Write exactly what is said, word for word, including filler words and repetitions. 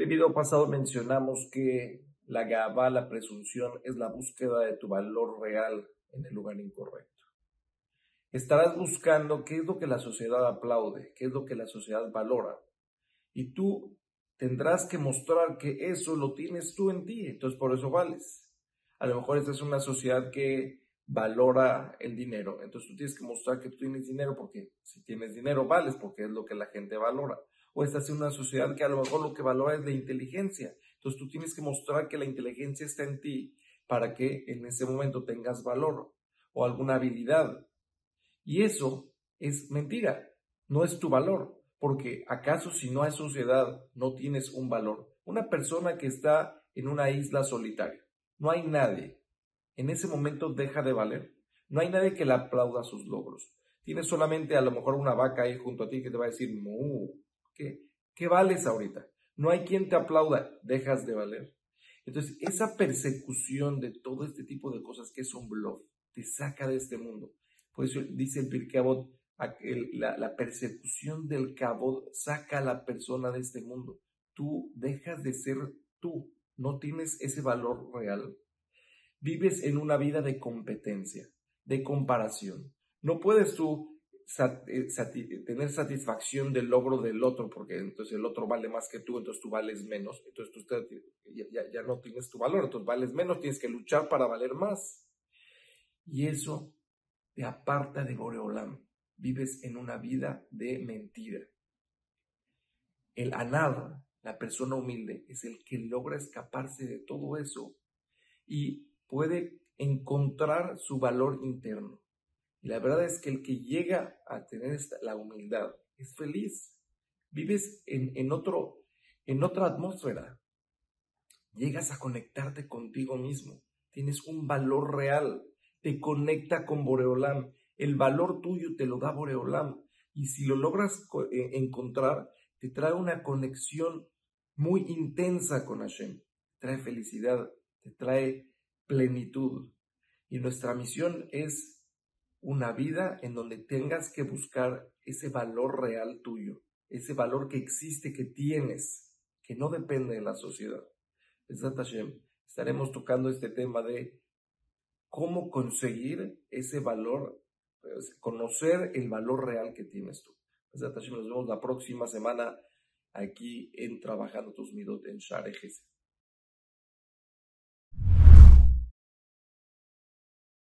el video pasado mencionamos que la gavá, la presunción, es la búsqueda de tu valor real en el lugar incorrecto. Estarás buscando qué es lo que la sociedad aplaude, qué es lo que la sociedad valora. Y tú tendrás que mostrar que eso lo tienes tú en ti, entonces por eso vales. A lo mejor esta es una sociedad que valora el dinero, entonces tú tienes que mostrar que tú tienes dinero porque si tienes dinero vales porque es lo que la gente valora. O esta es una sociedad que a lo mejor lo que valora es la inteligencia, entonces tú tienes que mostrar que la inteligencia está en ti para que en ese momento tengas valor o alguna habilidad. Y eso es mentira, no es tu valor. Porque ¿acaso si no hay sociedad no tienes un valor? Una persona que está en una isla solitaria, no hay nadie, en ese momento deja de valer. No hay nadie que le aplauda sus logros. Tienes solamente a lo mejor una vaca ahí junto a ti que te va a decir, mu, ¿qué, qué vales ahorita? No hay quien te aplauda, dejas de valer. Entonces esa persecución de todo este tipo de cosas que es un bluff, te saca de este mundo. Por eso dice el Pirkei Avot, La, la persecución del cabod saca a la persona de este mundo. Tú dejas de ser tú, no tienes ese valor real. Vives en una vida de competencia, de comparación. No puedes tú sat, sati, tener satisfacción del logro del otro, porque entonces el otro vale más que tú, entonces tú vales menos, entonces tú ya, ya, ya no tienes tu valor, entonces vales menos, tienes que luchar para valer más. Y eso te aparta de Boreolam. Vives en una vida de mentira. El anad, la persona humilde, es el que logra escaparse de todo eso y puede encontrar su valor interno. Y la verdad es que el que llega a tener esta, la humildad es feliz. Vives en, en, otro, en otra atmósfera. Llegas a conectarte contigo mismo. Tienes un valor real. Te conecta con Boreolam. El valor tuyo te lo da Boreolam. Y si lo logras encontrar, te trae una conexión muy intensa con Hashem. Te trae felicidad, te trae plenitud. Y nuestra misión es una vida en donde tengas que buscar ese valor real tuyo. Ese valor que existe, que tienes, que no depende de la sociedad. Besat Hashem, estaremos tocando este tema de cómo conseguir ese valor, conocer el valor real que tienes tú. Besat Hashem, nos vemos la próxima semana aquí en Trabajando tus Midot en Share Gesed.